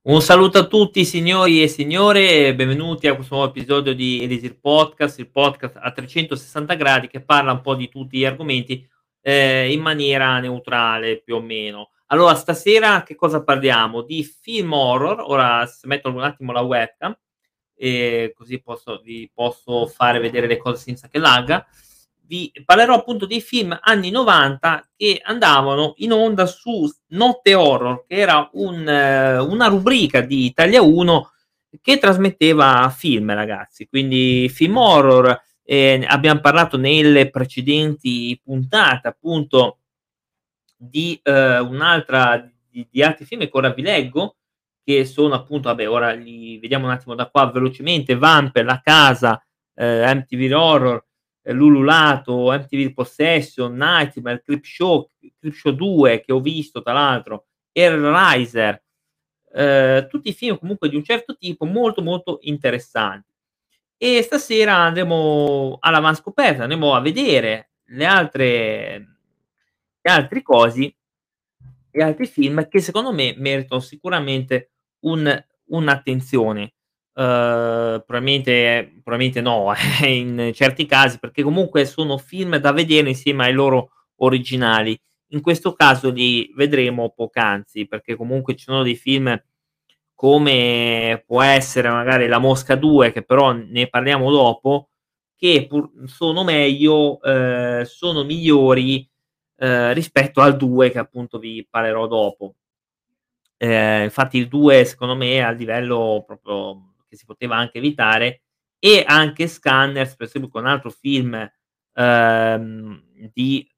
Un saluto a tutti signori e signore, e benvenuti a questo nuovo episodio di Elisir Podcast, il podcast a 360 gradi che parla un po' di tutti gli argomenti in maniera neutrale più o meno. Allora, stasera che cosa parliamo? Di film horror. Ora se metto un attimo la webcam e così vi posso fare vedere le cose senza che lagga. Vi parlerò appunto dei film anni '90 che andavano in onda su Notte Horror, che era una rubrica di Italia 1 che trasmetteva film, ragazzi. Quindi film horror, abbiam parlato nelle precedenti puntate appunto di un'altra di altri film che ora vi leggo, che sono appunto vabbè, ora li vediamo un attimo da qua velocemente: Vampire, La Casa, MTV Horror, L'Ululato, MTV Possession, Nightmare, Creepshow 2 che ho visto tra l'altro, Hellraiser, tutti film comunque di un certo tipo, molto, molto interessanti. E stasera andremo all'avanzcoperta, andremo a vedere le altre gli altri cosi e altri film che secondo me meritano sicuramente un'attenzione. Probabilmente no, in certi casi, perché comunque sono film da vedere insieme ai loro originali. In questo caso li vedremo poc'anzi, perché comunque ci sono dei film come può essere magari La Mosca 2, che però ne parliamo dopo, che pur sono meglio, sono migliori rispetto al 2 che appunto vi parlerò dopo. Infatti il 2 secondo me è a livello proprio che si poteva anche evitare, e anche Scanners, per esempio, che è un altro film, ehm, di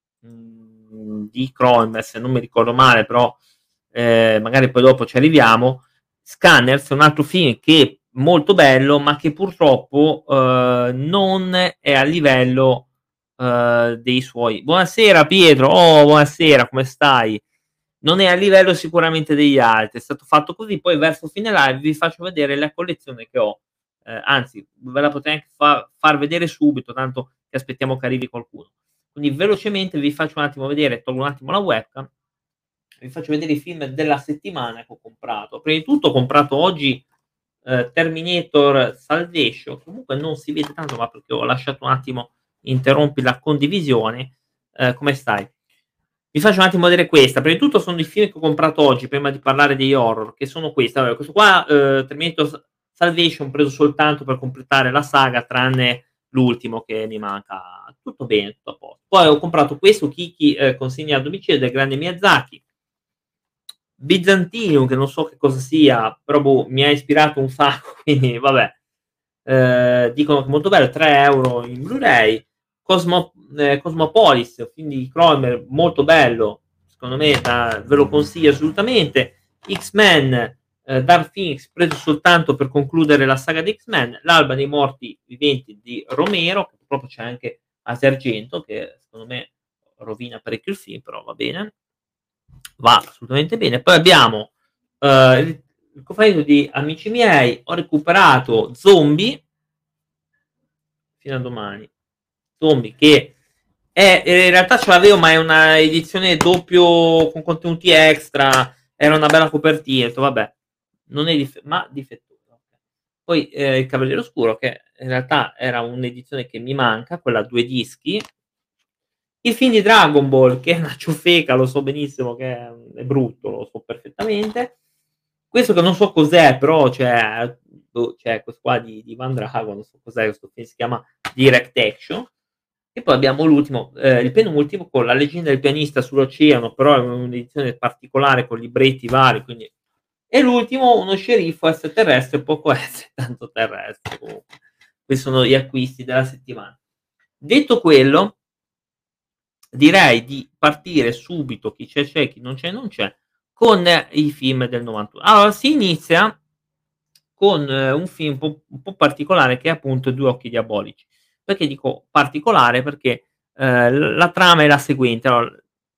di Cronenberg, se non mi ricordo male, però magari poi dopo ci arriviamo. Scanners è un altro film che è molto bello, ma che purtroppo non è a livello dei suoi. Buonasera Pietro, oh buonasera, come stai? Non è a livello sicuramente degli altri, è stato fatto così, poi verso fine live vi faccio vedere la collezione che ho, anzi ve la potrei anche far vedere subito, tanto che aspettiamo che arrivi qualcuno. Quindi velocemente vi faccio un attimo vedere, tolgo un attimo la webcam, vi faccio vedere i film della settimana che ho comprato. Prima di tutto ho comprato oggi Terminator Salvation, comunque non si vede tanto, ma perché ho lasciato un attimo interrompi la condivisione. Come stai? Vi faccio un attimo vedere questa. Prima di tutto sono i film che ho comprato oggi, prima di parlare degli horror, che sono questi. Allora, questo qua, Terminator Salvation, preso soltanto per completare la saga, tranne l'ultimo che mi manca. Tutto bene, tutto a posto. Poi ho comprato questo, Kiki, consegna a domicilio del grande Miyazaki. Byzantium, che non so che cosa sia, però boh, mi ha ispirato un sacco, quindi vabbè. Dicono che è molto bello, 3 euro in Blu-ray. Cosmopolis, quindi Cronenberg, molto bello, secondo me ve lo consiglio assolutamente. X-Men, Dark Phoenix, preso soltanto per concludere la saga di X-Men. L'alba dei morti viventi di Romero, che proprio c'è anche Asergento, che secondo me rovina parecchio il film, però va bene, va assolutamente bene. Poi abbiamo il cofanetto di Amici miei, ho recuperato Zombie, fino a domani. Zombie che è in realtà ce l'avevo, ma è una edizione doppio con contenuti extra, era una bella copertina, ho detto vabbè, non è ma difettosa. Poi il Cavaliere Oscuro, che in realtà era un'edizione che mi manca, quella a 2 dischi. Il film di Dragon Ball, che è una ciofeca, lo so benissimo che è brutto, lo so perfettamente. Questo che non so cos'è, però c'è questo qua di Van Drago, non so cos'è questo film, si chiama Direct Action. E poi abbiamo l'ultimo, il penultimo, con La leggenda del pianista sull'oceano, però è un'edizione particolare con libretti vari, quindi. E l'ultimo, uno sceriffo extraterrestre, poco essere tanto terrestre comunque. Questi sono gli acquisti della settimana. Detto quello, direi di partire subito, chi c'è, chi non c'è, non c'è, con i film del 91. Allora, si inizia con un film un po' particolare, che è appunto Due occhi diabolici. Perché dico particolare? Perché la trama è la seguente. Allora,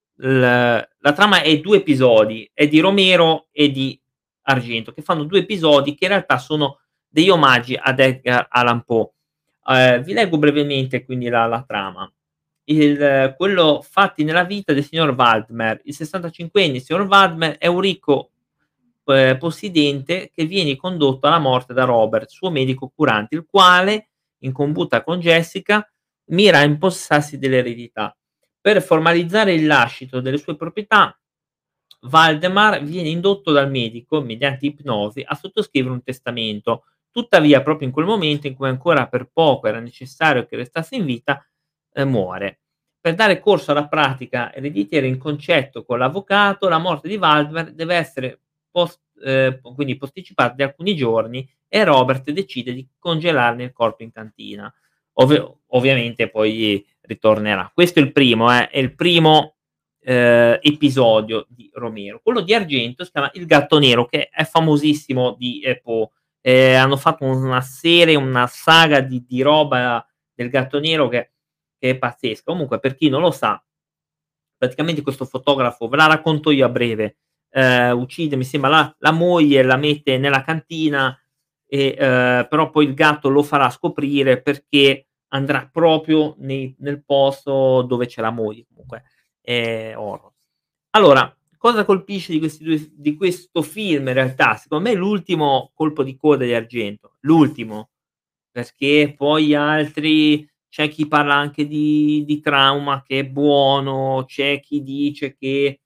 la trama è 2 episodi, è di Romero e di Argento, che fanno 2 episodi che in realtà sono degli omaggi ad Edgar Allan Poe. Vi leggo brevemente quindi la trama. Quello fatti nella vita del signor Waldmer. Il 65enne signor Waldmer è un ricco possidente che viene condotto alla morte da Robert, suo medico curante, il quale, in combutta con Jessica, mira a impossessarsi dell'eredità. Per formalizzare il lascito delle sue proprietà, Valdemar viene indotto dal medico, mediante ipnosi, a sottoscrivere un testamento. Tuttavia, proprio in quel momento in cui ancora per poco era necessario che restasse in vita, muore. Per dare corso alla pratica ereditiera in concetto con l'avvocato, la morte di Valdemar deve essere quindi posticipata di alcuni giorni e Robert decide di congelarne il corpo in cantina. Ovviamente poi ritornerà. Questo è il primo, è il primo episodio di Romero. Quello di Argento si chiama Il gatto nero, che è famosissimo di Poe. Hanno fatto una serie, una saga di roba del gatto nero che è pazzesca. Comunque, per chi non lo sa, praticamente questo fotografo, ve la racconto io a breve, uccide, mi sembra, la moglie, la mette nella cantina e però poi il gatto lo farà scoprire perché andrà proprio nel posto dove c'è la moglie. Comunque è horror. Allora, cosa colpisce di questo film in realtà? Secondo me l'ultimo colpo di coda di Argento, l'ultimo, perché poi altri c'è chi parla anche di trauma che è buono, c'è chi dice che,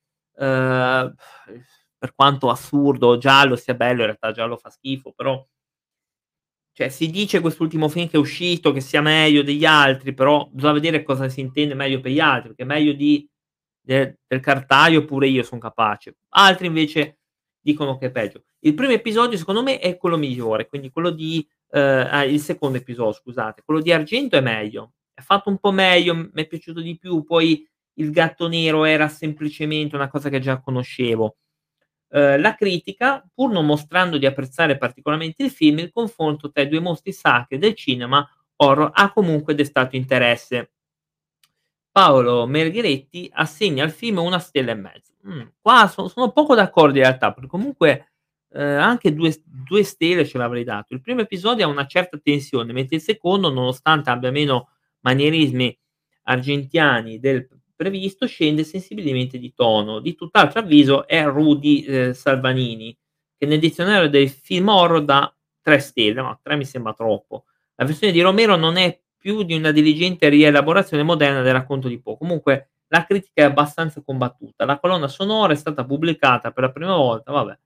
per quanto assurdo Giallo sia bello, in realtà Giallo fa schifo, però cioè si dice quest'ultimo film che è uscito che sia meglio degli altri, però bisogna vedere cosa si intende meglio per gli altri, perché meglio del Cartaio pure io son capace. Altri invece dicono che è peggio. Il primo episodio secondo me è quello migliore, quindi quello di il secondo episodio scusate, quello di Argento è meglio. È fatto un po' meglio, m'è piaciuto di più, poi il gatto nero era semplicemente una cosa che già conoscevo. La critica, pur non mostrando di apprezzare particolarmente il film, il confronto tra i 2 mostri sacri del cinema horror ha comunque destato interesse. Paolo Melgheretti assegna al film 1 stella e mezzo. Qua sono poco d'accordo in realtà, perché comunque, anche 2 stelle ce l'avrei dato. Il primo episodio ha una certa tensione, mentre il secondo, nonostante abbia meno manierismi argentiani del previsto, scende sensibilmente di tono. Di tutt'altro avviso è Rudy, Salvanini, che nel dizionario dei film horror dà 3 stelle, ma 3 mi sembra troppo. La versione di Romero non è più di una diligente rielaborazione moderna del racconto di Poe. Comunque la critica è abbastanza combattuta. La colonna sonora è stata pubblicata per la prima volta, vabbè.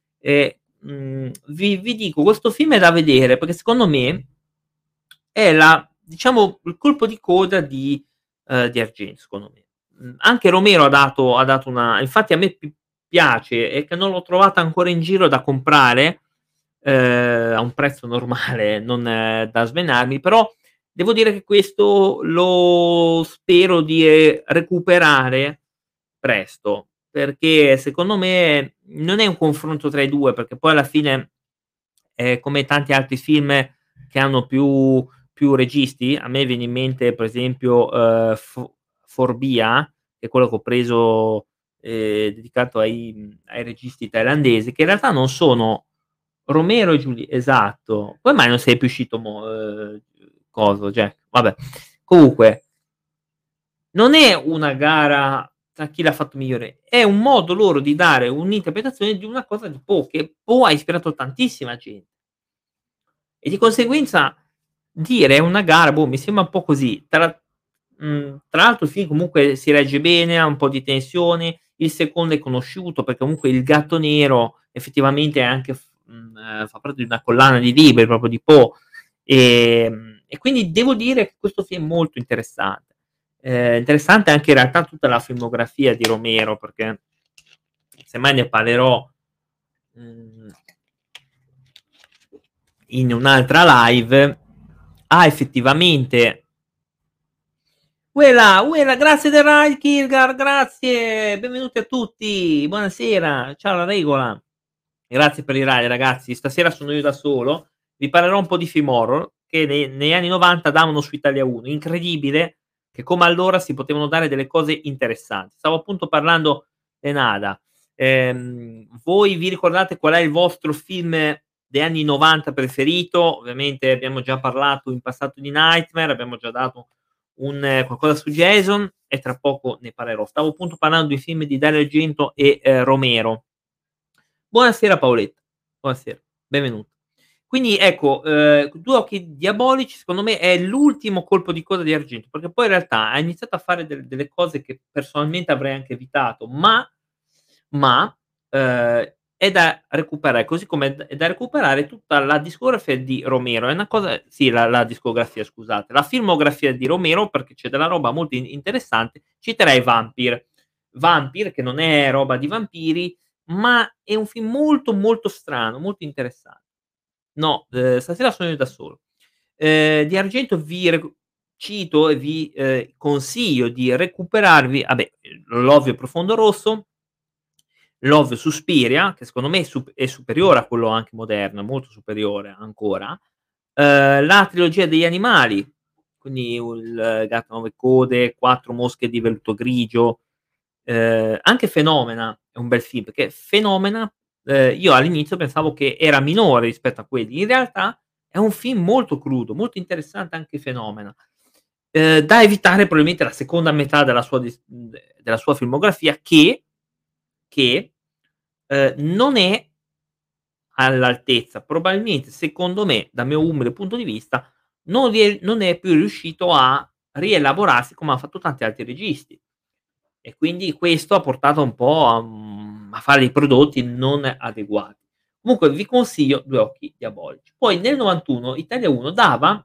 Vi dico, questo film è da vedere perché secondo me è diciamo il colpo di coda di Argento, secondo me. Anche Romero ha dato una, infatti a me piace, è che non l'ho trovata ancora in giro da comprare, a un prezzo normale, non da svenarmi, però devo dire che questo lo spero di, recuperare presto, perché secondo me non è un confronto tra i 2, perché poi alla fine, come tanti altri film che hanno più registi, a me viene in mente per esempio, Forbia, che è quello che ho preso, dedicato ai registi thailandesi, che in realtà non sono Romero e esatto. Come mai non sei più uscito coso Jack? Vabbè. Comunque, non è una gara tra chi l'ha fatto migliore, è un modo loro di dare un'interpretazione di una cosa di Poe, che Poe ha ispirato tantissima gente. E di conseguenza dire è una gara, boh, mi sembra un po' così. Tra l'altro il film comunque si regge bene, ha un po' di tensione, il secondo è conosciuto perché comunque Il gatto nero effettivamente è anche fa parte di una collana di libri proprio di Poe, e quindi devo dire che questo film è molto interessante. Interessante anche in realtà tutta la filmografia di Romero, perché semmai ne parlerò, mhmm in un'altra live. Effettivamente. Uela, uela, grazie del raid Kirgar, grazie, benvenuti a tutti, buonasera, ciao la regola. Grazie per i raid ragazzi, stasera sono io da solo, vi parlerò un po' di film horror che negli anni '90 davano su Italia 1. Incredibile che come allora si potevano dare delle cose interessanti. Stavo appunto parlando e nada. Voi vi ricordate qual è il vostro film degli anni '90 preferito? Ovviamente abbiamo già parlato in passato di Nightmare, abbiamo già dato qualcosa su Jason e tra poco ne parlerò. Stavo appunto parlando di film di Dario Argento e Romero. Buonasera Paoletta, buonasera, benvenuta. Quindi ecco, Due occhi diabolici secondo me è l'ultimo colpo di coda di Argento, perché poi in realtà ha iniziato a fare delle cose che personalmente avrei anche evitato, ma è da recuperare, così come è da recuperare tutta la discografia di Romero. È una cosa sì, la discografia scusate, la filmografia di Romero, perché c'è della roba molto interessante. Citerei Vampire. Vampire, che non è roba di vampiri, ma è un film molto, molto strano, molto interessan no, stasera sono io da solo. Di Argento vi cito e vi, consiglio di recuperarvi l'Ovvio Profondo Rosso, l'Ovvio Suspiria, che secondo me è superiore a quello anche moderno, è molto superiore ancora. La trilogia degli animali, quindi il Gatto a 9 code, 4 mosche di velluto grigio, anche Phenomena è un bel film, perché Phenomena, io all'inizio pensavo che era minore rispetto a quelli, in realtà è un film molto crudo, molto interessante anche Phenomena. Da evitare probabilmente la seconda metà della sua filmografia che, non è all'altezza. Probabilmente, secondo me, dal mio umile punto di vista, non è più riuscito a rielaborarsi come han fatto tanti altri registi. E quindi questo ha portato un po' a fare dei prodotti non adeguati. Comunque vi consiglio Due occhi diabolici. Poi nel '91 Italia 1 dava,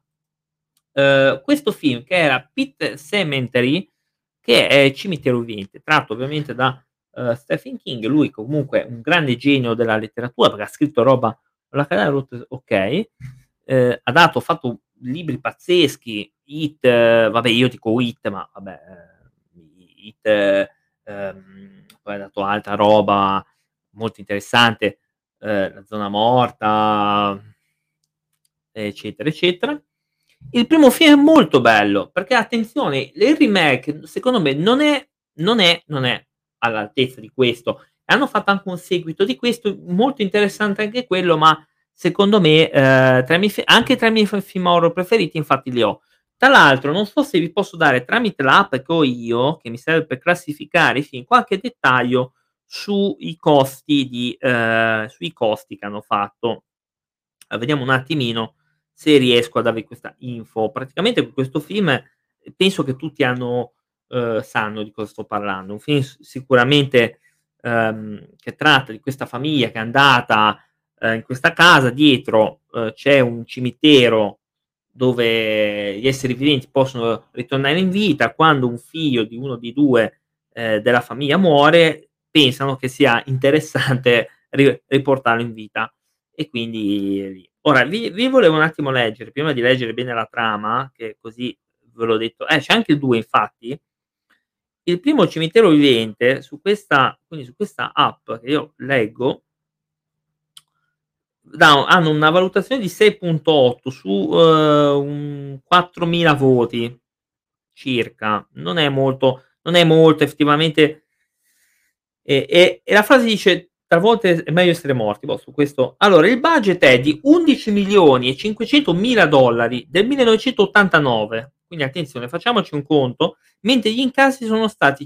questo film che era Pet Sematary, che è Cimitero vivente, tratto ovviamente da, Stephen King. Lui comunque è un grande genio della letteratura, perché ha scritto roba alla Canale Rotte okay, ha fatto libri pazzeschi, It, vabbè io dico It, ma vabbè, It, poi ha dato altra roba molto interessante, La zona morta, eccetera, eccetera. Il primo film è molto bello, perché attenzione, il remake secondo me non è all'altezza di questo. Hanno fatto anche un seguito di questo, molto interessante anche quello, ma secondo me, tra i miei film horror preferiti infatti li ho. Tra l'altro non so se vi posso dare tramite l'app che ho io, che mi serve per classificare i film, qualche dettaglio sui costi che hanno fatto. Vediamo un attimino se riesco a darvi questa info. Praticamente questo film, penso che tutti sanno di cosa sto parlando. Un film sicuramente, che tratta di questa famiglia che è andata, in questa casa, dietro, c'è un cimitero dove gli esseri viventi possono ritornare in vita. Quando un figlio di uno dei 2, della famiglia muore, pensano che sia interessante riportarlo in vita. E quindi lì. Ora vi volevo un attimo leggere, prima di leggere bene la trama, che così ve l'ho detto, c'è anche il 2 infatti. Il primo Cimitero vivente su questa app che io leggo, hanno una valutazione di 6.8 su, un 4000 voti circa. Non è molto effettivamente. E la frase dice: "Talvolta è meglio essere morti." Boh, su questo allora il budget è di 11.500.000 $ del 1989, quindi attenzione, facciamoci un conto, mentre gli incassi sono stati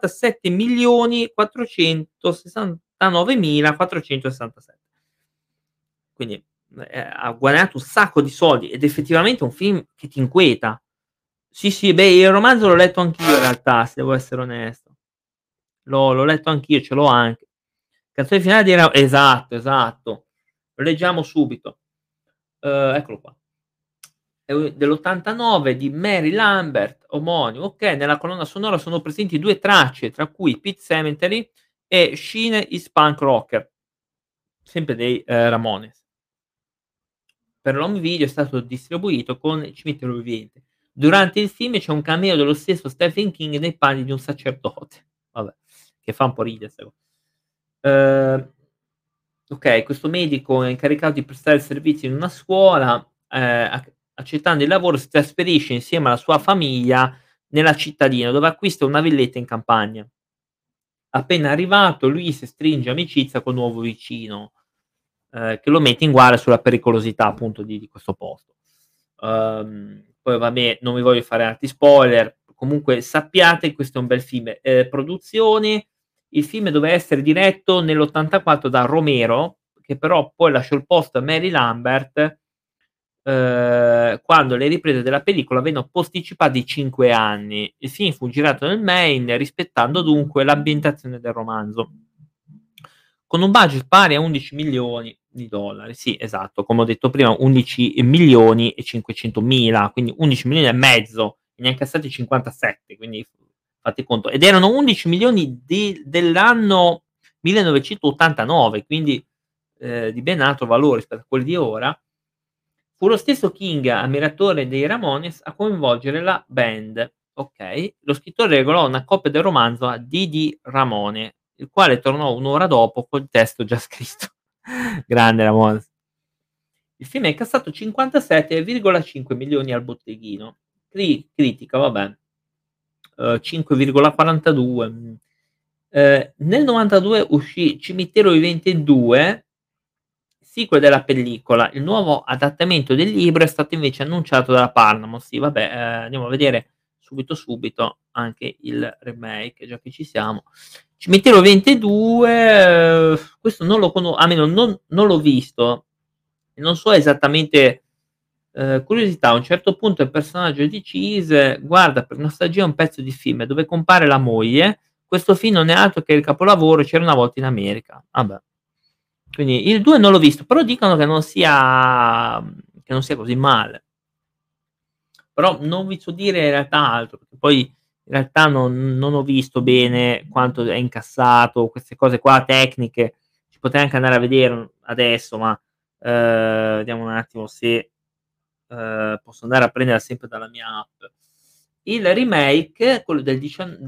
57.469.467. Quindi, ha guadagnato un sacco di soldi ed effettivamente è un film che ti inquieta. Sì, sì, beh, il romanzo l'ho letto anch'io in realtà, se devo essere onesto. L'ho letto anch'io, ce l'ho anche. Canzone finale di Ra esatto, esatto. Lo leggiamo subito. Eccolo qua. È u dell'89 di Mary Lambert, omonimo. Okay, nella colonna sonora sono presenti 2 tracce, tra cui Pet Sematary e Sheena is Punk Rocker, sempre dei, Ramones. Per l'home video è stato distribuito con Cimitero vivente. Durante il film c'è un cameo dello stesso Stephen King nei panni di un sacerdote. Vabbè, che fa un po' ridere 'sta co okay, questo medico è incaricato di prestare servizi in una scuola, accettando il lavoro si trasferisce insieme alla sua famiglia nella cittadina, dove acquista una villetta in campagna. Appena arrivato Luis stringe amicizia col nuovo vicino, che lo mette in guardia sulla pericolosità appunto di questo posto. Poi vabbè, non vi voglio fare altri spoiler, comunque sappiate che questo è un bel film. Produzione, il film doveva essere diretto nell'84 da Romero, che però poi lasciò il posto a Mary Lambert, quando le riprese della pellicola vennero posticipate di 5 anni. Il film fu girato nel Maine, rispettando dunque l'ambientazione del romanzo. Con un budget pari a 11 milioni di dollari, sì, esatto, come ho detto prima, 11 milioni e 500 mila, quindi 11 milioni e mezzo, ne ha incassati 57, quindi fate conto. Ed erano 11 milioni dell'anno 1989, quindi di ben altro valore rispetto a quelli di ora. Fu lo stesso King, ammiratore dei Ramones, a coinvolgere la band. Ok, lo scrittore regolò una copia del romanzo a Didi Ramone, il quale tornò un'ora dopo col testo già scritto. Grande Ramones. Il film è incassato 57,5 milioni al botteghino. Critica, vabbè, 5,42. Nel 92 uscì Cimitero Vivente 2, sequel della pellicola. Il nuovo adattamento del libro è stato invece annunciato dalla Paramount. Sì, vabbè, andiamo a vedere subito anche il remake, già che ci siamo. Cimitero 22, questo non lo conosco, almeno non l'ho visto, non so esattamente. Curiosità, a un certo punto il personaggio di Cheese guarda per nostalgia un pezzo di film dove compare la moglie. Questo film non è altro che il capolavoro C'era una volta in America. Vabbè. Quindi il 2 non l'ho visto, però dicono che non sia così male. Però non vi so dire in realtà altro, perché poi in realtà non ho visto bene quanto è incassato, queste cose qua tecniche, ci potrei anche andare a vedere adesso, ma vediamo un attimo se posso andare a prenderla sempre dalla mia app. Il remake, quello del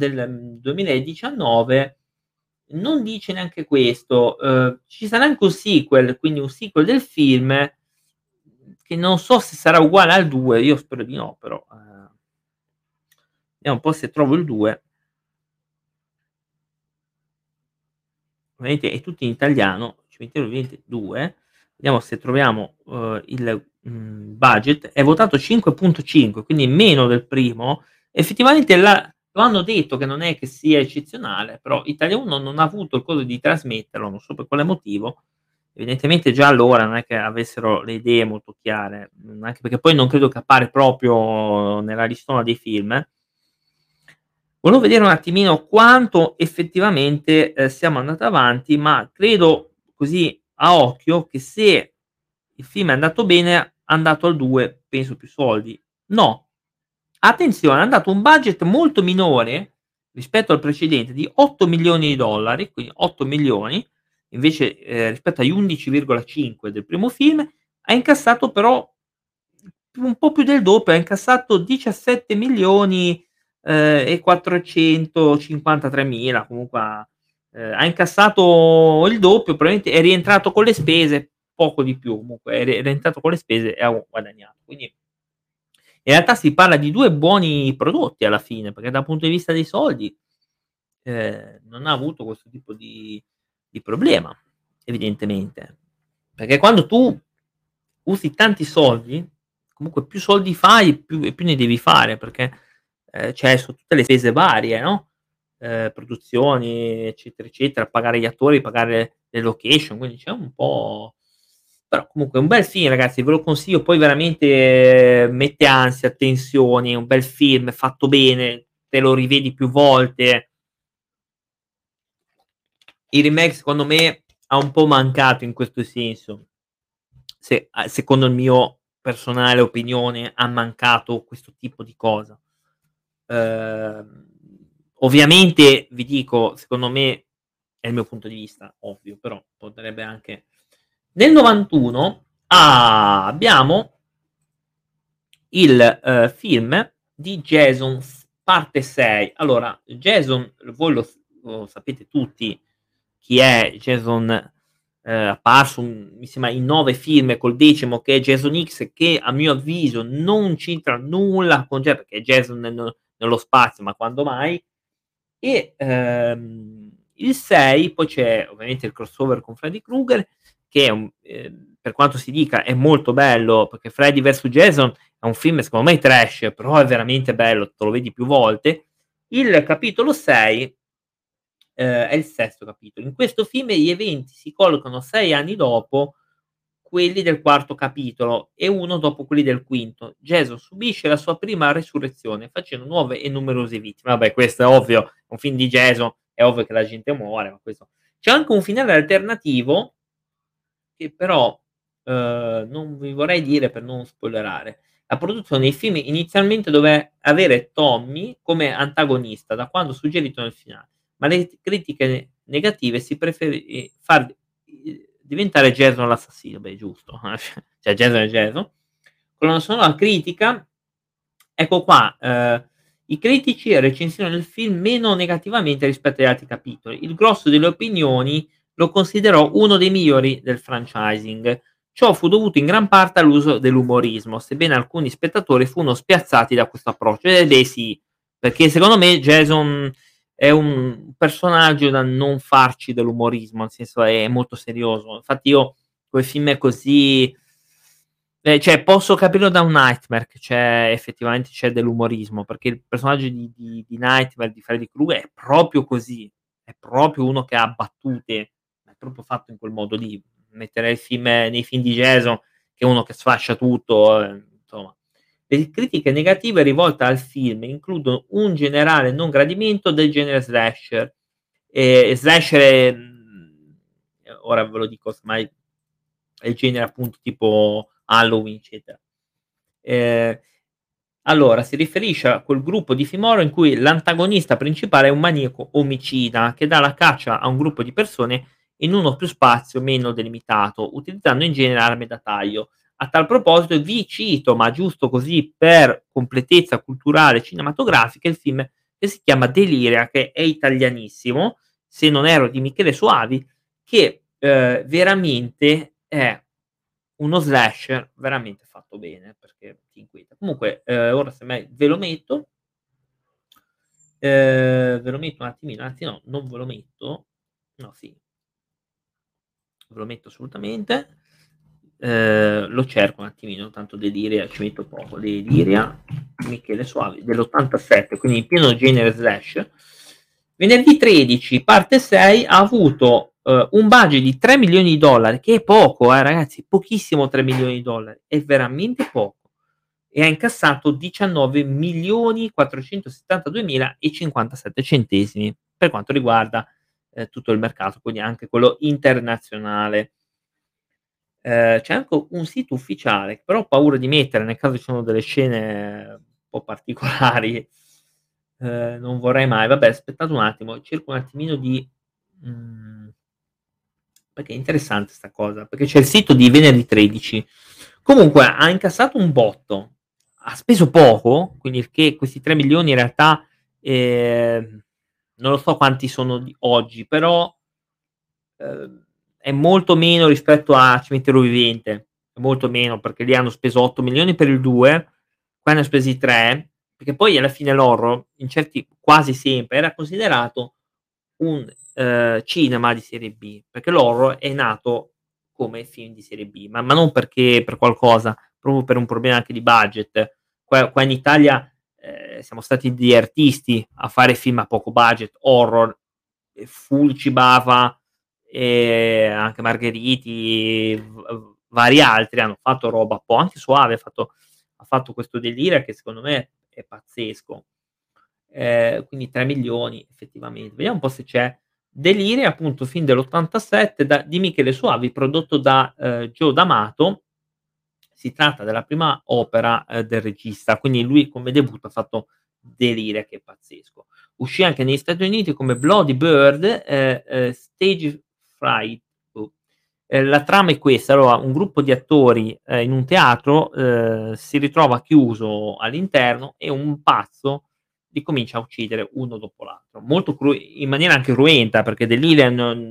2019, non dice neanche questo. Ci sarà anche un sequel, quindi un sequel del film che non so se sarà uguale al 2, io spero di no, però vediamo un po' se trovo il 2. Ovviamente è tutto in italiano, Cimitero Vivente 2. Vediamo se troviamo il budget. È votato 5.5, quindi meno del primo. Effettivamente lo hanno detto che non è che sia eccezionale, però Italia 1 non ha avuto il coso di trasmetterlo, non so per quale motivo. Evidentemente già allora non è che avessero le idee molto chiare, anche perché poi non credo che appare proprio nella listona dei film. Volevo vedere un attimino quanto effettivamente, siamo andati avanti, ma credo così a occhio che se il film è andato bene, ha andato al 2 penso più soldi. No, attenzione, è andato un budget molto minore rispetto al precedente di 8 milioni di dollari, quindi 8 milioni, invece, rispetto agli 11,5 del primo film, ha incassato però un po' più del doppio, ha incassato 17 milioni e 453.000, comunque ha incassato il doppio, probabilmente è rientrato con le spese, poco di più, comunque è rientrato con le spese e ha guadagnato. Quindi in realtà si parla di 2 buoni prodotti alla fine, perché dal punto di vista dei soldi, non ha avuto questo tipo di problema, evidentemente. Perché quando tu usi tanti soldi, comunque più soldi fai e più ne devi fare, perché, c'è su tutte le spese varie, no, produzioni, eccetera, eccetera, pagare gli attori, pagare le location, quindi c'è un po', però comunque è un bel film ragazzi, ve lo consiglio, poi veramente mette ansia, tensioni, è un bel film fatto bene, te lo rivedi più volte. Il remake secondo me ha un po' mancato in questo senso. Secondo il mio personale opinione, ha mancato questo tipo di cosa. Ehm, Ovviamente vi dico, secondo me è il mio punto di vista, ovvio, però potrebbe anche nel 91 abbiamo il, film di Jason parte 6. Allora, Jason voi lo sapete tutti chi è Jason, apparso mi sembra in 9 film, col 10° che è Jason X, che a mio avviso non c'entra nulla con perché è Jason nello spazio, ma quando mai. E, il 6 poi c'è ovviamente il crossover con Freddy Krueger, che è per quanto si dica è molto bello, perché Freddy vs Jason è un film secondo me trash, però è veramente bello, te lo vedi più volte. Il capitolo 6 è il sesto capitolo. In questo film gli eventi si collocano 6 anni dopo quelli del quarto capitolo e 1 dopo quelli del quinto. Jason subisce la sua prima resurrezione facendo nuove e numerose vittime. Vabbè, questo è ovvio, è un film di Jason, è ovvio che la gente muore, ma questo c'è anche un finale alternativo che però, non vi vorrei dire per non spoilerare. La produzione dei film inizialmente dove avere Tommy come antagonista, da quando suggerito nel finale, ma le critiche negative si preferì far diventare Jason l'assassino. Beh, giusto, cioè Jason è Jason. Con una sonora critica, ecco qua, i critici recensione il film meno negativamente rispetto agli altri capitoli. Il grosso delle opinioni lo considerò uno dei migliori del franchising. Ciò fu dovuto in gran parte all'uso dell'umorismo, sebbene alcuni spettatori furono spiazzati da questo approccio. Beh, sì, perché secondo me Jason è un personaggio da non farci dell'umorismo, nel senso è molto serioso. Infatti io quei film così cioè posso capirlo da un Nightmare che effettivamente c'è dell'umorismo, perché il personaggio di Nightmare, di Freddy Krueger è proprio così, è proprio uno che ha battute, è proprio fatto in quel modo lì. Metterei il film nei film di Jason, che è uno che sfascia tutto, insomma. Le critiche negative rivolte al film includono un generale non gradimento del genere slasher. Slasher ora ve lo dico, ormai è il genere appunto tipo Halloween, eccetera. Ehm, allora si riferisce a quel gruppo di film horror in cui l'antagonista principale è un maniaco omicida che dà la caccia a un gruppo di persone in uno più spazio meno delimitato, utilizzando in genere armi da taglio. A tal proposito vi cito, ma giusto così per completezza culturale cinematografica, il film che si chiama Deliria, che è italianissimo, Se non erro di Michele Soavi, che, veramente è uno slasher veramente fatto bene, perché ti inquieta. Comunque, ora semmai ve lo metto un attimino, anzi no, non ve lo metto. No, sì, ve lo metto assolutamente. Lo cerco un attimino, tanto Deliria ci metto poco. Deliria, Michele Soavi, dell'87, quindi in pieno genere slash. Venerdì 13, parte 6, ha avuto un budget di 3 milioni di dollari, che è poco, ragazzi, pochissimo 3 milioni di dollari, è veramente poco. E ha incassato 19 milioni 472 mila e 57 centesimi per quanto riguarda tutto il mercato, quindi anche quello internazionale. C'è anche un sito ufficiale, però ho paura di mettere nel caso ci sono delle scene un po' particolari, non vorrei mai. Vabbè, aspettate un attimo, cerco un attimino di mhmm, perché è interessante 'sta cosa, perché c'è il sito di venerdì 13. Comunque ha incassato un botto, ha speso poco, quindi il che questi 3 milioni in realtà, non lo so quanti sono di oggi, però è molto meno rispetto a Cimitero Vivente, è molto meno, perché lì hanno speso 8 milioni per il 2, qua ne han spesi 3, perché poi alla fine l'horror, in certi quasi sempre, era considerato un, cinema di serie B, perché l'horror è nato come film di serie B, ma non perché per qualcosa, proprio per un problema anche di budget. Qua in Italia, siamo stati degli artisti a fare film a poco budget, horror, e Fulci Bava, anche Margheriti, vari altri hanno fatto roba po' anche Soave ha fatto questo Deliria che secondo me è pazzesco. Quindi 3 milioni effettivamente. Vediamo un po' se c'è Deliria, appunto film dell'87 di Michele Soavi, prodotto da, Joe D'Amato. Si tratta della prima opera, del regista, quindi lui come debutto ha fatto Deliria, che è pazzesco. Uscì anche negli Stati Uniti come Bloody Bird, Stage Fright. La trama è questa: allora un gruppo di attori, in un teatro, si ritrova chiuso all'interno e un pazzo li comincia a uccidere uno dopo l'altro. Molto in maniera anche cruenta, perché Deliria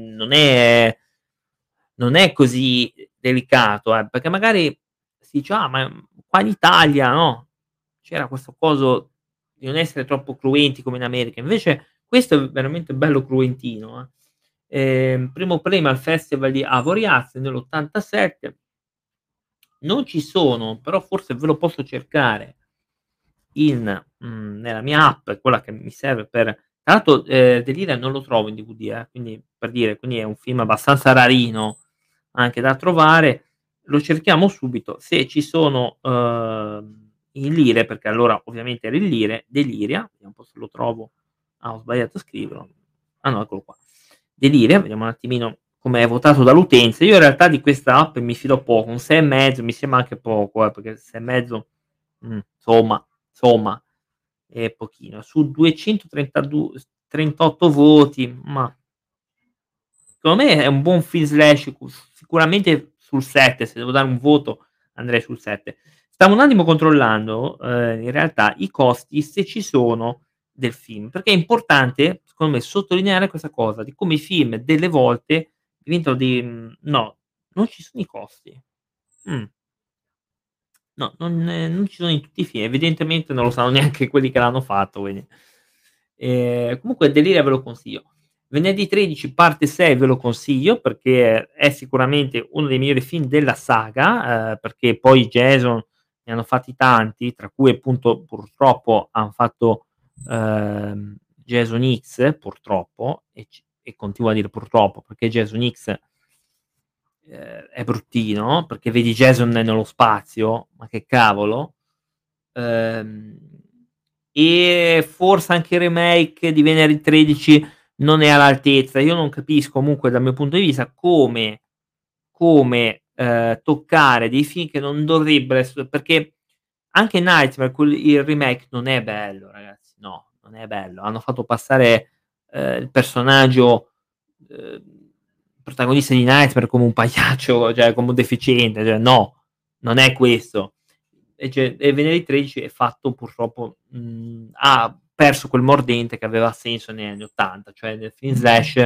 non è così delicato, perché magari si dice: "Ah, ma qua in Italia, no, c'era questo coso di non essere troppo cruenti come in America." Invece questo è veramente bello cruentino, primo premio al Festival di Avoriaz nell'87. Non ci sono, però forse ve lo posso cercare nella mia app, quella che mi serve per Tra l'altro, Deliria non lo trovo in DVD, quindi per dire, quindi è un film abbastanza rarino anche da trovare. Lo cerchiamo subito, se ci sono, in lire, perché allora ovviamente era in lire, Deliria, vediamo un po' se lo trovo. Ah, ho sbagliato a scriverlo. Ah no, eccolo qua. Deliria, vediamo un attimino come è votato dall'utenza. Io in realtà di questa app mi fido poco, un 6,5 mi sembra anche poco, perché 6,5, insomma, è pochino. Su 232 38 voti, ma secondo me è un buon film slash, sicuramente sul 7, se devo dare un voto andrei sul 7. Stavo un attimo controllando, in realtà i costi, se ci sono, del film, perché è importante, secondo me, sottolineare questa cosa, di come i film delle volte diventano no, non ci sono i costi. Mh. No, non ci sono in tutti i film, evidentemente non lo sanno neanche quelli che l'hanno fatto, quindi. Comunque Deliria ve lo consiglio. Venerdì 13 parte 6 ve lo consiglio perché è sicuramente uno dei migliori film della saga, perché poi Jason ne hanno fatti tanti, tra cui appunto purtroppo han fatto, Jason X, purtroppo, e continuo a dire purtroppo, perché Jason X è bruttino, perché vedi Jason nello spazio, ma che cavolo. Ehm, e forse anche il remake di Venerdì 13 non è all'altezza. Io non capisco comunque dal mio punto di vista come toccare dei film che non dovrebbero perché anche Nightmare, il remake non è bello ragazzi, no, non è bello. Hanno fatto passare, il personaggio, ehm, protagonista di Nightmare come un pagliaccio, cioè come un deficiente, cioè no, non è questo. E Venerdì 13 è fatto purtroppo, ha perso quel mordente che aveva senso negli anni '80, cioè nel film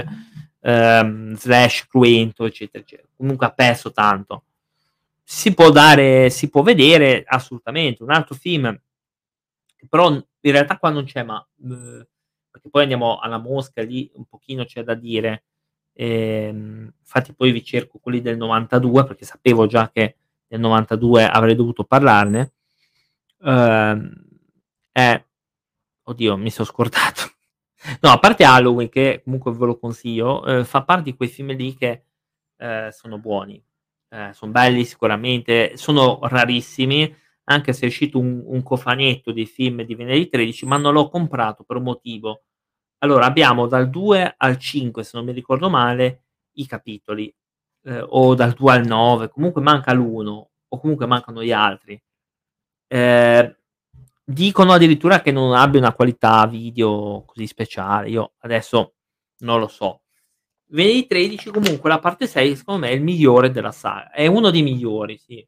slash cruento, eccetera, eccetera. Comunque ha perso tanto. Si può vedere assolutamente. Un altro film che però in realtà qua non c'è, ma, perché poi andiamo alla Mosca, lì un pochino c'è da dire. Infatti poi vi cerco quelli del '92, perché sapevo già che nel '92 avrei dovuto parlarne. Ehm, oddio, mi son scordato. No, a parte Halloween, che comunque ve lo consiglio, fa parte di quei film lì che, sono buoni. Son belli sicuramente, sono rarissimi, anche se è uscito un cofanetto dei film di Venerdì 13, ma non l'ho comprato per un motivo. Allora, abbiamo dal 2 al 5, se non mi ricordo male, i capitoli, o dal 2 al 9, comunque manca l'1 o comunque mancano gli altri. Ehm, Dicono addirittura che non abbia una qualità video così speciale, io adesso non lo so. Venerdì 13 comunque la parte 6 secondo me è il migliore della saga, è uno dei migliori, sì.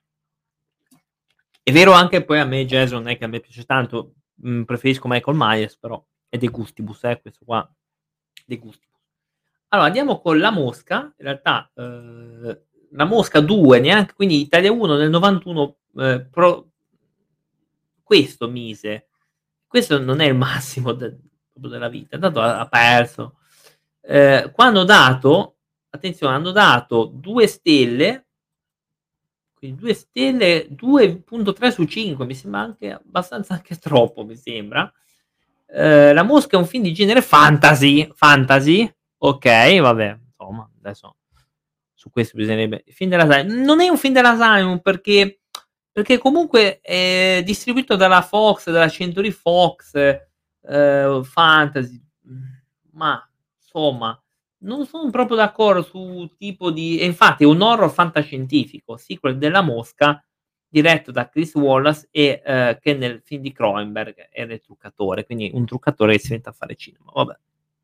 È vero anche poi a me Jason non è che a me piace tanto, preferisco Michael Myers, però è de gustibus, questo qua, de gustibus. Allora andiamo con La Mosca, in realtà, La Mosca 2, neanche quindi Italia 1 nel '91, questo mise. Questo non è il massimo proprio della vita, tanto ha perso. Qua hanno dato, attenzione, hanno dato 2 stelle, quindi 2 stelle, 2.3 su 5, mi sembra anche abbastanza anche troppo, mi sembra. La Mosca è un film di genere fantasy, okay, vabbè, insomma, adesso su questo bisognerebbe film dell'Asylum. Non è un film dell'Asylum perché comunque è distribuito dalla Fox, dalla Century Fox, fantasy, ma insomma non sono proprio d'accordo su tipo di e infatti è un horror fantascientifico, sequel della Mosca, diretto da Chris Wallace e, che nel film di Cronenberg era il truccatore, quindi un truccatore che si mette a fare cinema, vabbè.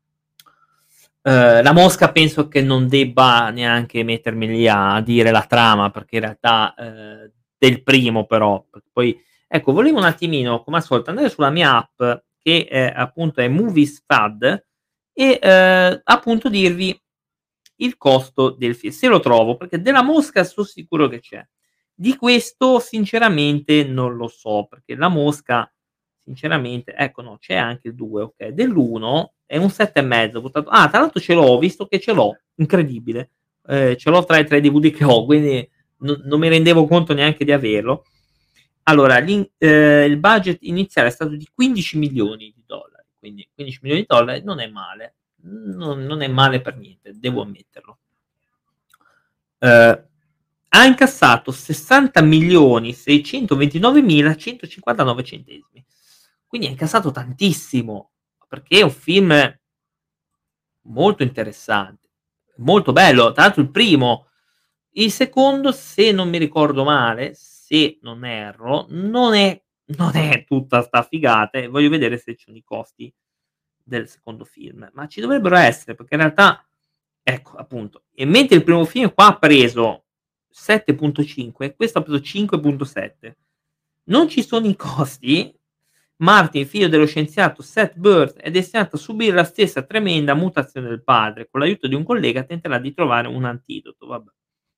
La Mosca penso che non debba neanche mettermi lì a dire la trama, perché in realtà, del primo però, perché poi ecco, volevo un attimino, come al solito, andare sulla mia app che appunto è Moviestad e, appunto dirvi il costo del se lo trovo, perché della Mosca so sicuro che c'è. Di questo sinceramente non lo so, perché la Mosca sinceramente ecco no, c'è anche il 2, okay. Dell'1 è un 7 e mezzo votato tra l'altro ce l'ho, ho visto che ce l'ho, incredibile. Ce l'ho tra i DVD che ho, quindi non mi rendevo conto neanche di averlo. Allora il budget iniziale è stato di $15 milioni, quindi 15 milioni di dollari non è male, non è male per niente, devo ammetterlo. Ha incassato 60.629.159 centesimi, quindi ha incassato tantissimo, perché è un film molto interessante, molto bello, tra l'altro il primo. Il secondo, se non mi ricordo male, se non erro, non è tutta 'sta figata, e voglio vedere se ci sono i costi del secondo film, ma ci dovrebbero essere, perché in realtà ecco, appunto, e mentre il primo film qua ha preso 7.5, questo ha preso 5.7. Non ci sono i costi. Martin, figlio dello scienziato Seth Burns, è destinato a subire la stessa tremenda mutazione del padre. Con l'aiuto di un collega tenterà di trovare un antidoto. Vabbè.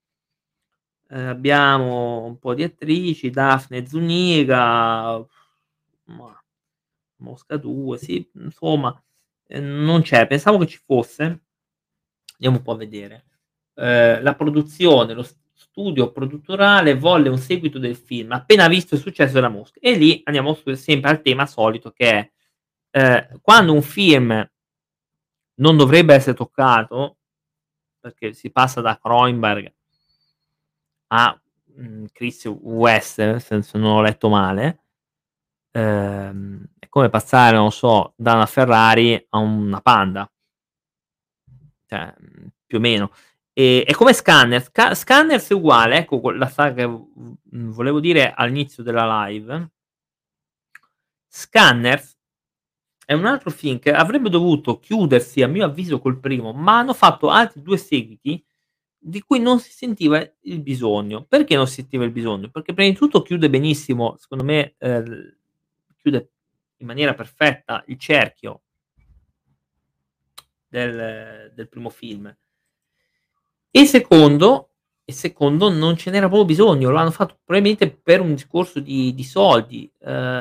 Abbiamo un po' di attrici, Daphne Zuniga, ma Mosca 2, sì, insomma, non c'è. Pensavo che ci fosse. Andiamo un po' a vedere. La produzione, lo studio produttorale volle un seguito del film, appena visto il successo della Mosca. E lì andiamo sempre al tema solito, che è quando un film non dovrebbe essere toccato, perché si passa da Cronenberg a Chris West, se non ho letto male, è come passare, non so, da una Ferrari a una Panda. Cioè, più o meno. È come Scanners. Scanners è uguale, ecco la saga che volevo dire all'inizio della live. Scanners è un altro film che avrebbe dovuto chiudersi, a mio avviso, col primo, ma hanno fatto altri 2 seguiti di cui non si sentiva il bisogno. Perché non si sentiva il bisogno? Perché prima di tutto chiude benissimo, secondo me, chiude in maniera perfetta il cerchio del primo film. E secondo non ce n'era proprio bisogno, lo hanno fatto probabilmente per un discorso di soldi,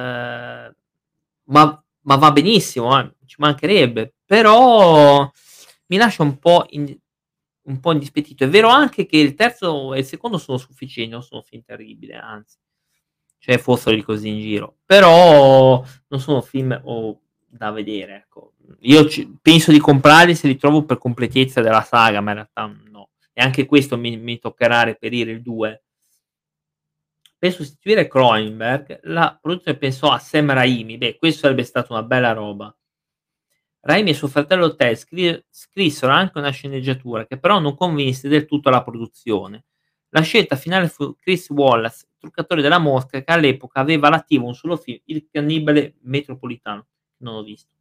ma va benissimo, ci mancherebbe, però mi lascia un po' indispettito. È vero anche che il terzo e il secondo sono sufficienti, non sono film terribili, anzi, ce ne fossero di così in giro, però non sono film da vedere, ecco. Io penso di comprarli se li trovo per completezza della saga, ma in realtà no. E anche questo mi toccherà reperire il 2. Per sostituire Cronenberg, la produzione pensò a Sam Raimi. Beh, questo sarebbe stata una bella roba. Raimi e suo fratello Ted scrissero anche una sceneggiatura che però non convinse del tutto la produzione. La scelta finale fu Chris Wallace, truccatore della Mosca, che all'epoca aveva all'attivo un solo film, Il cannibale metropolitano. Non l'ho visto.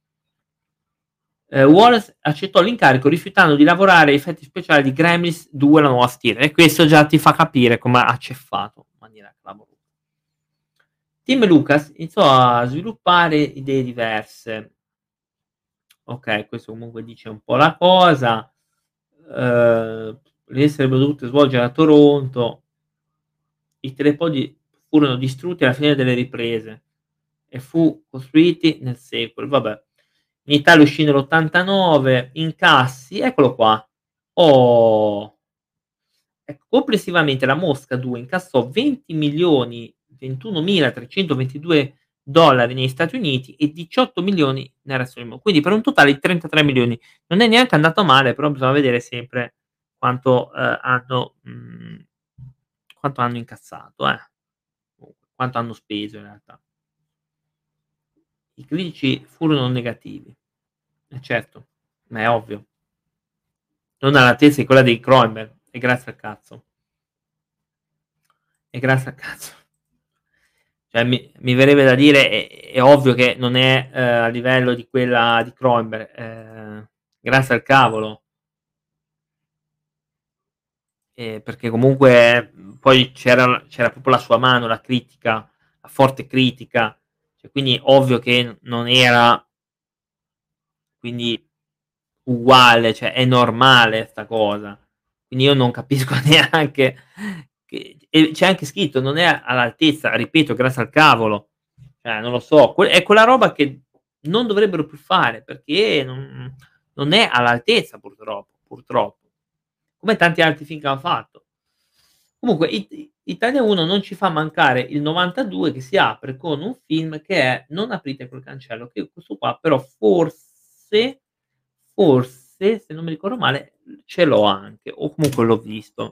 Wallace accettò l'incarico rifiutando di lavorare ai effetti speciali di Gremlins 2 la nuova stile, e questo già ti fa capire come ha ceffato in maniera clamorosa. Tim Lucas iniziò a sviluppare idee diverse. Ok, questo comunque dice un po' la cosa. Le sarebbero dovute svolgere a Toronto. I telepodi furono distrutti alla fine delle riprese e fu costruiti nel sequel. Vabbè. In Italia uscì nell'89, incassi, eccolo qua. Oh. Ecco, complessivamente la Mosca 2 incassò 20.021.322 negli Stati Uniti e 18 milioni nel resto del mondo, quindi per un totale di 33 milioni. Non è neanche andato male, però bisogna vedere sempre quanto hanno incassato, quanto hanno speso in realtà. I critici furono negativi, certo, ma è ovvio. Non all'altezza di quella di Cronenberg, e grazie al cazzo. E grazie al cazzo. Cioè mi verrebbe da dire, è ovvio che non è a livello di quella di Cronenberg, grazie al cavolo. Perché comunque poi c'era proprio la sua mano, la critica, la forte critica, cioè, quindi ovvio che non era quindi uguale, cioè è normale sta cosa. Quindi io non capisco neanche e c'è anche scritto: "Non è all'altezza", ripeto, grazie al cavolo. Cioè, non lo so, è quella roba che non dovrebbero più fare, perché non è all'altezza, purtroppo, come tanti altri film che han fatto. Comunque Italia 1 non ci fa mancare il 92 che si apre con un film che è Non aprite quel cancello, che io questo qua però forse, se non mi ricordo male, ce l'ho anche, o comunque l'ho visto.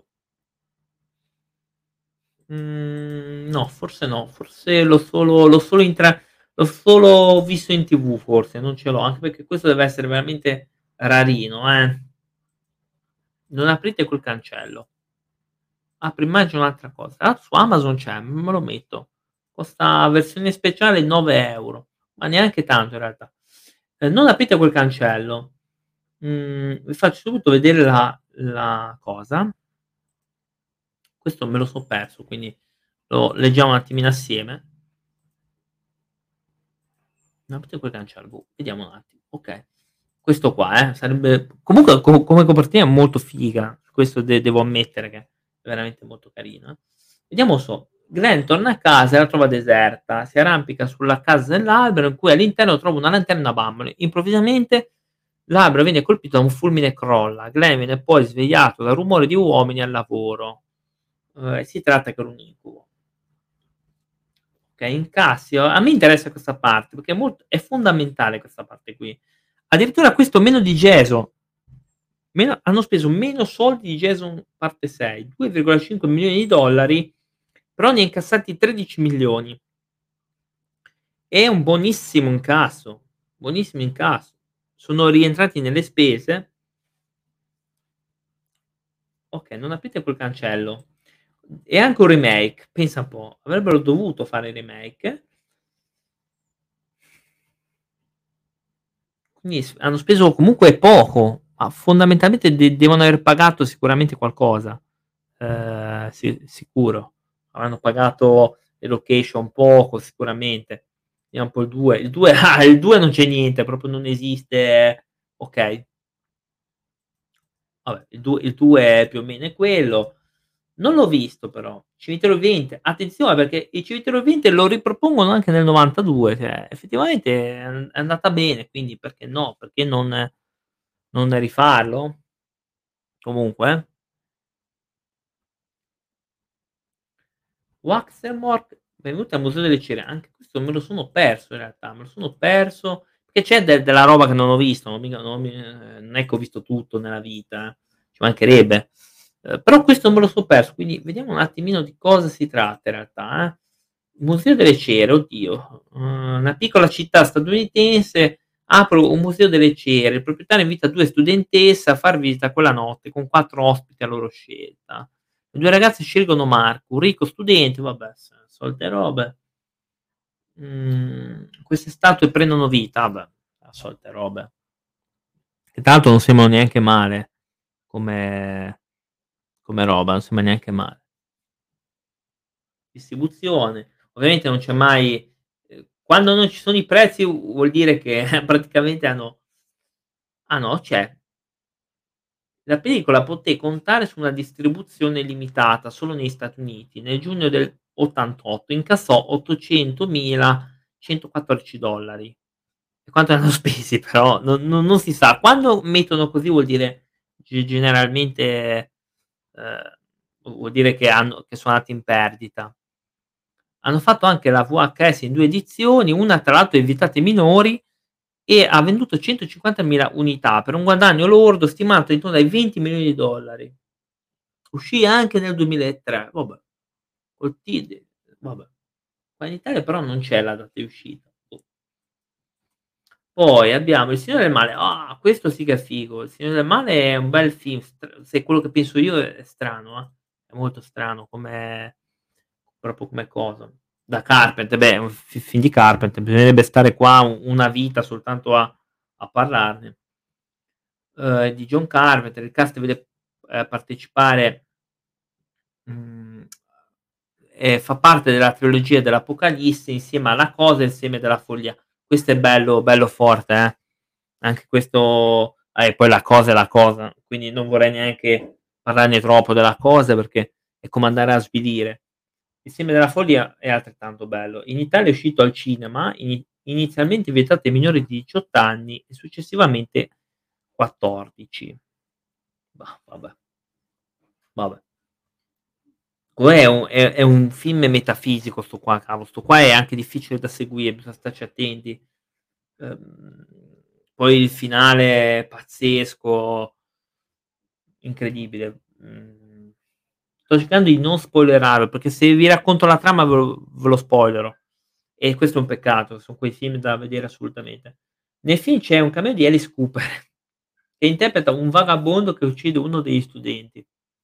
No, forse no, forse l'ho solo visto in TV forse, non ce l'ho, anche perché questo deve essere veramente rarino, eh. Non aprite quel cancello. Ah, prima immagino un'altra cosa. Ah, su Amazon c'è, me lo metto. Costa versione speciale 9 €, ma neanche tanto in realtà. Non aprite quel cancello. Vi faccio subito vedere la cosa. Questo me lo son perso, quindi lo leggiamo un attimino assieme. Non aprite quel cancello, boh, vediamo un attimo. Okay. Questo qua, sarebbe comunque come copertina è molto figa. Questo devo ammettere che è veramente molto carina. Vediamo Glenn torna a casa e la trova deserta. Si arrampica sulla casa dell'albero in cui all'interno trova una lanterna a bambole. Improvvisamente l'albero viene colpito da un fulmine e crolla. Glenn viene poi svegliato dal rumore di uomini al lavoro. Si tratta che era un incubo. Okay, incassi a me interessa questa parte perché è fondamentale questa parte qui. Addirittura questo meno di Jason. Hanno speso meno soldi di Jason parte 6, 2,5 milioni di dollari, però ne ha incassati 13 milioni. È un buonissimo incasso, buonissimo incasso. Sono rientrati nelle spese. Okay, non aprite quel cancello. E anche un remake, pensa un po', avrebbero dovuto fare il remake. Quindi hanno speso comunque poco, ma fondamentalmente devono aver pagato sicuramente qualcosa. Sicuro. Avranno pagato le location poco sicuramente. Vediamo un po' il 2. Il 2 il 2 non c'è niente, proprio non esiste. Okay, vabbè, il 2 più o meno è quello. Non l'ho visto però. Cimitero Vivente, attenzione perché il Cimitero Vivente lo ripropongono anche nel 92, cioè effettivamente è andata bene, quindi perché no? Perché non rifarlo? Comunque Waxermork, benvenuti al Museo delle Cere, anche questo me lo sono perso in realtà, me lo sono perso, perché c'è della roba che non ho visto, non è che ho visto tutto nella vita, ci mancherebbe. Però questo me lo so perso, quindi vediamo un attimino di cosa si tratta in realtà, Museo delle Cere, oddio, una piccola città statunitense apre un museo delle cere, il proprietario invita 2 studentesse a far visita quella notte con 4 ospiti a loro scelta. Le 2 ragazze scelgono Marco, un ricco studente, vabbè, solite robe. Queste statue prendono vita, vabbè, solite robe. Che tra l'altro non sembrano neanche male come roba, non sembra neanche male. Distribuzione, ovviamente non c'è mai quando non ci sono i prezzi vuol dire che praticamente no, c'è. La pellicola poté contare su una distribuzione limitata solo negli Stati Uniti. Nel giugno del '88 incassò $800.114. E quanto hanno spesi però non si sa. Quando mettono così vuol dire generalmente, vuol dire che sono andati in perdita. Hanno fatto anche la VHS in 2 edizioni, una tra l'altro è vietate ai minori e ha venduto 150.000 unità per un guadagno lordo stimato intorno ai 20 milioni di dollari. Uscì anche nel 2003, vabbè, col TID vabbè. Qua in Italia però non c'è la data di uscita. Boh. Poi abbiamo Il Signore del Male, questo sì che è figo. Il Signore del Male è un bel film, se quello che penso io è strano, è molto strano proprio come cosa. Da Carpenter, beh, è un film di Carpenter, bisognerebbe stare qua una vita soltanto a parlarne. Di John Carpenter, il cast vede, partecipare mhmm, fa parte della trilogia dell'Apocalisse insieme alla Cosa e il Seme della Follia. Questo è bello forte, Anche questo poi la Cosa è la Cosa, quindi non vorrei neanche parlarne troppo della Cosa perché è come andare a svilire. Il Seme della Follia è altrettanto bello. In Italia è uscito al cinema, inizialmente vietato ai minori di 18 anni e successivamente 14. Bah, vabbè, vabbè. È un film metafisico sto qua, cavolo, sto qua è anche difficile da seguire, bisogna starci attenti. Ehm, Poi il finale è pazzesco, incredibile. Sto cercando di non spoilerarlo, perché se vi racconto la trama ve lo spoilerò. E questo è un peccato, son quei film da vedere assolutamente. Nel film c'è un cameo di Alice Cooper, che interpreta un vagabondo che uccide uno degli studenti.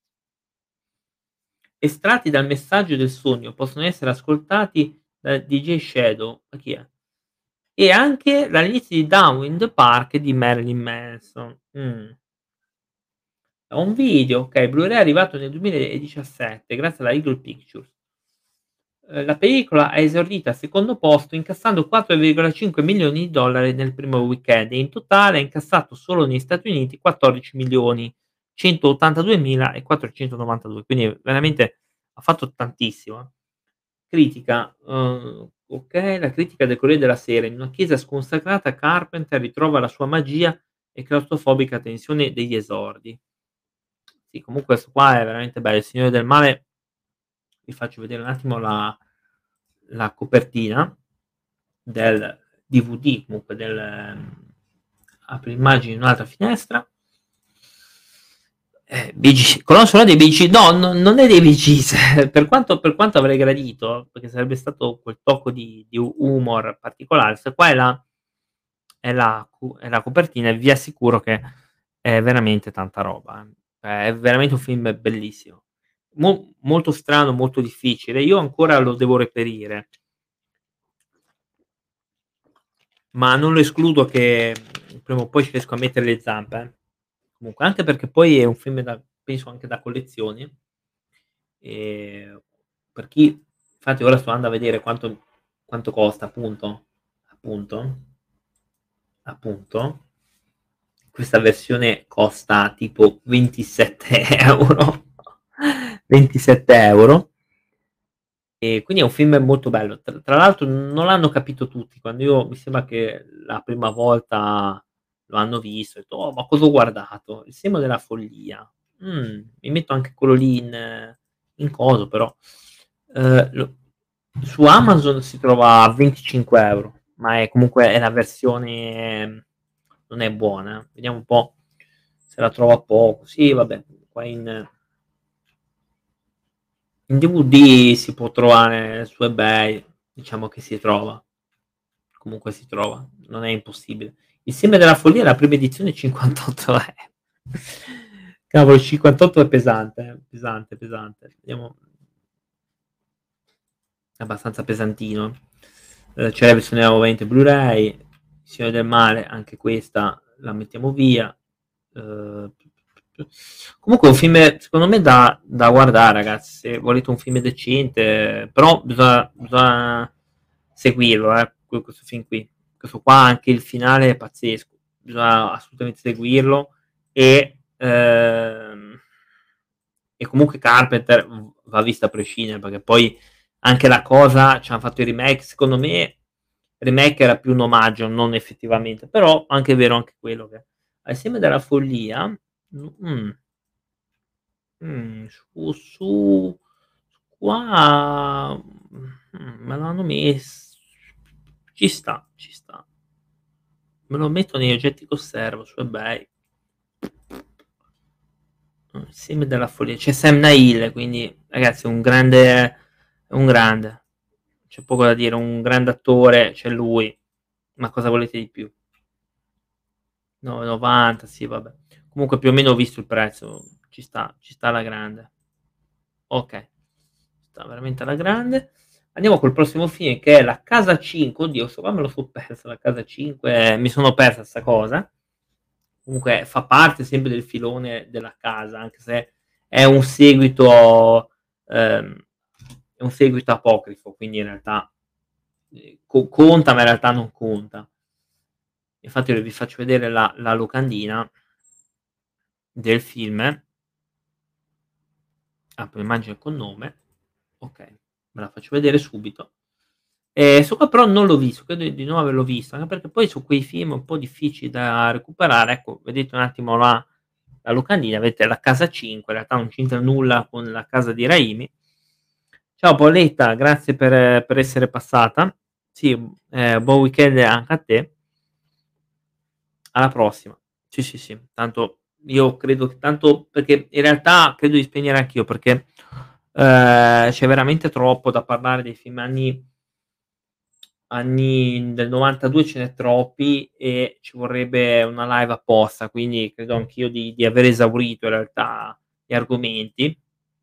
Estratti dal messaggio del sogno possono essere ascoltati da DJ Shadow, ma chi è? E anche dall'inizio di Down in the Park di Marilyn Manson. È un video, okay, Blu-ray è arrivato nel 2017 grazie alla Eagle Pictures. La pellicola ha esordito al secondo posto incassando 4,5 milioni di dollari nel primo weekend e in totale ha incassato solo negli Stati Uniti 14 milioni 182.492, quindi veramente ha fatto tantissimo. Critica, okay, la critica del Corriere della Sera: "In una chiesa sconsacrata Carpenter ritrova la sua magia e claustrofobica tensione degli esordi". Sì, comunque questo qua è veramente bello. Il Signore del Male, vi faccio vedere un attimo la copertina del DVD, comunque apri immagini in un'altra finestra. Bee Gees, colonna sonora dei Bee Gees, no, non è dei Bee Gees, per quanto avrei gradito, perché sarebbe stato quel tocco di humor particolare, questa qua è la copertina e vi assicuro che è veramente tanta roba, è veramente un film bellissimo. Molto strano, molto difficile. Io ancora lo devo reperire, ma non lo escludo che, prima o poi ci riesco a mettere le zampe, Comunque, anche perché poi è un film da penso anche da collezioni, ehm, per chi infatti ora sto andando a vedere quanto costa appunto, appunto, questa versione costa tipo 27 €, 27 €. E quindi è un film molto bello. Tra l'altro non l'hanno capito tutti. Quando io mi sembra che la prima volta lo hanno visto, ho detto: "Oh, ma cosa ho guardato? Il semo della follia. Mi metto anche quello lì in coso però". Lo Su Amazon si trova a 25 €, ma è comunque è la versione non è buona. Vediamo un po' se la trovo a poco. Sì, vabbè, qua in DVD si può trovare su eBay, diciamo che si trova, comunque si trova, non è impossibile. Il Seme della follia, la prima edizione 58 €. Cavolo, 58 è pesante, pesante, pesante. Vediamo, è abbastanza pesantino. C'è la versione ovviamente Blu-ray, Il Signore del Male, anche questa la mettiamo via. Uhm, Comunque è un film secondo me da guardare ragazzi, se volete un film decente, però bisogna seguirlo, questo film qui. Questo qua anche il finale è pazzesco, bisogna assolutamente seguirlo e comunque Carpenter va visto a prescindere, perché poi anche la cosa c'han fatto i remake, secondo me il remake era più un omaggio, non effettivamente, però anche è vero anche quello che Al Seme della follia, su qua, me l'hanno ci sta, ci sta. Me lo metto negli oggetti che osservo su eBay. Il Seme della follia. C'è Sam Neill, quindi ragazzi un grande. C'è poco da dire, un grande attore, c'è lui. Ma cosa volete di più? 9,90, sì, vabbè. Comunque più o meno ho visto il prezzo, ci sta alla grande. Okay, sta veramente alla grande. Andiamo col prossimo film che è La casa 5. Oddio, 'sto qua me lo so perso, La casa 5, mi sono persa 'sta cosa. Comunque fa parte sempre del filone della casa, anche se è un seguito ehm, è un seguito apocrifo, quindi in realtà, conta, ma in realtà non conta. Infatti io vi faccio vedere la locandina del film, apro immagine con nome, okay, ve la faccio vedere subito. 'Sto qua però non l'ho visto, credo di non averlo visto, anche perché poi su quei film un po' difficili da recuperare, ecco, vedete un attimo la locandina, vedete La casa 5, in realtà non c'entra nulla con La casa di Raimi, Ciao Paoletta, grazie per essere passata. Sì, buon weekend anche a te. Alla prossima. Sì, sì, sì. Tanto io credo che tanto perché in realtà credo di spegnere anch'io perché, c'è veramente troppo da parlare dei film anni del '92 ce n'è troppi e ci vorrebbe una live apposta, quindi credo anch'io di aver esaurito in realtà gli argomenti.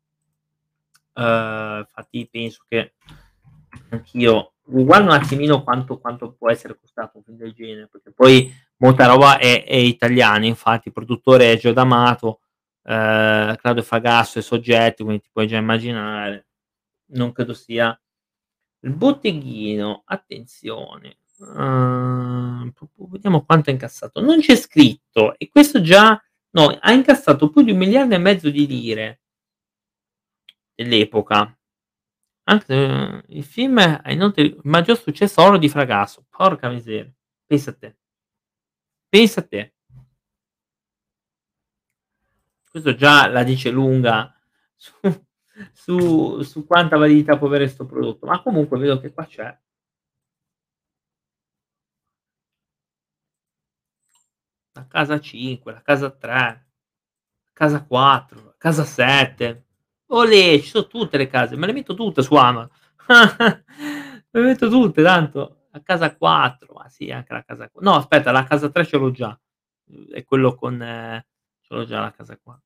Infatti penso che anch'io guardo un attimino quanto può essere costato un film del genere, perché poi molta roba è italiana, infatti il produttore è Gio D'Amato, Claudio Fragasso e Soggetti, quindi ti puoi già immaginare. Non credo sia il botteghino, attenzione, vediamo quanto ha incassato. Non c'è scritto e questo già no, ha incassato più di 1.500.000.000 di lire dell'epoca. Anche il film ha inoltre il maggior successo oro di Fragasso. Porca miseria. Pensa a te. Pensa a te. Questo già la dice lunga su su quanta validità può avere 'sto prodotto. Ma comunque vedo che qua c'è la casa 5, la casa 3, casa 4, la casa 7. Olè, ci so' tutte le case, me le metto tutte su Ama me le metto tutte tanto. La casa 4, ma sì anche la casa no aspetta, la casa 3 ce l'ho già. È quello con ce l'ho già la casa 4.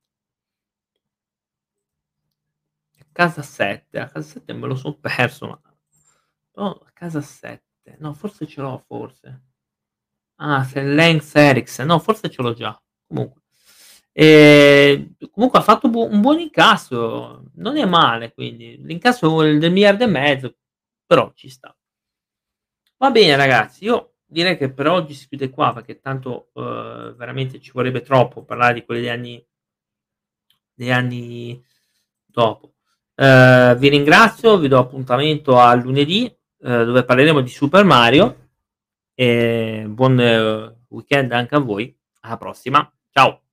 Casa 7, la casa 7 me lo son perso, ma oh, casa 7, no forse ce l'ho forse. Ah, Sennheiser Ericsson, no forse ce l'ho già. Comunque ha fatto un buon incasso, non è male quindi. L'incasso del miliardo e mezzo, però ci sta. Va bene ragazzi, io direi che per oggi si chiude qua perché tanto, veramente ci vorrebbe troppo parlare di quelli degli anni dopo. Vi ringrazio, vi do appuntamento a lunedì, dove parleremo di Super Mario e buon weekend anche a voi. Alla prossima. Ciao.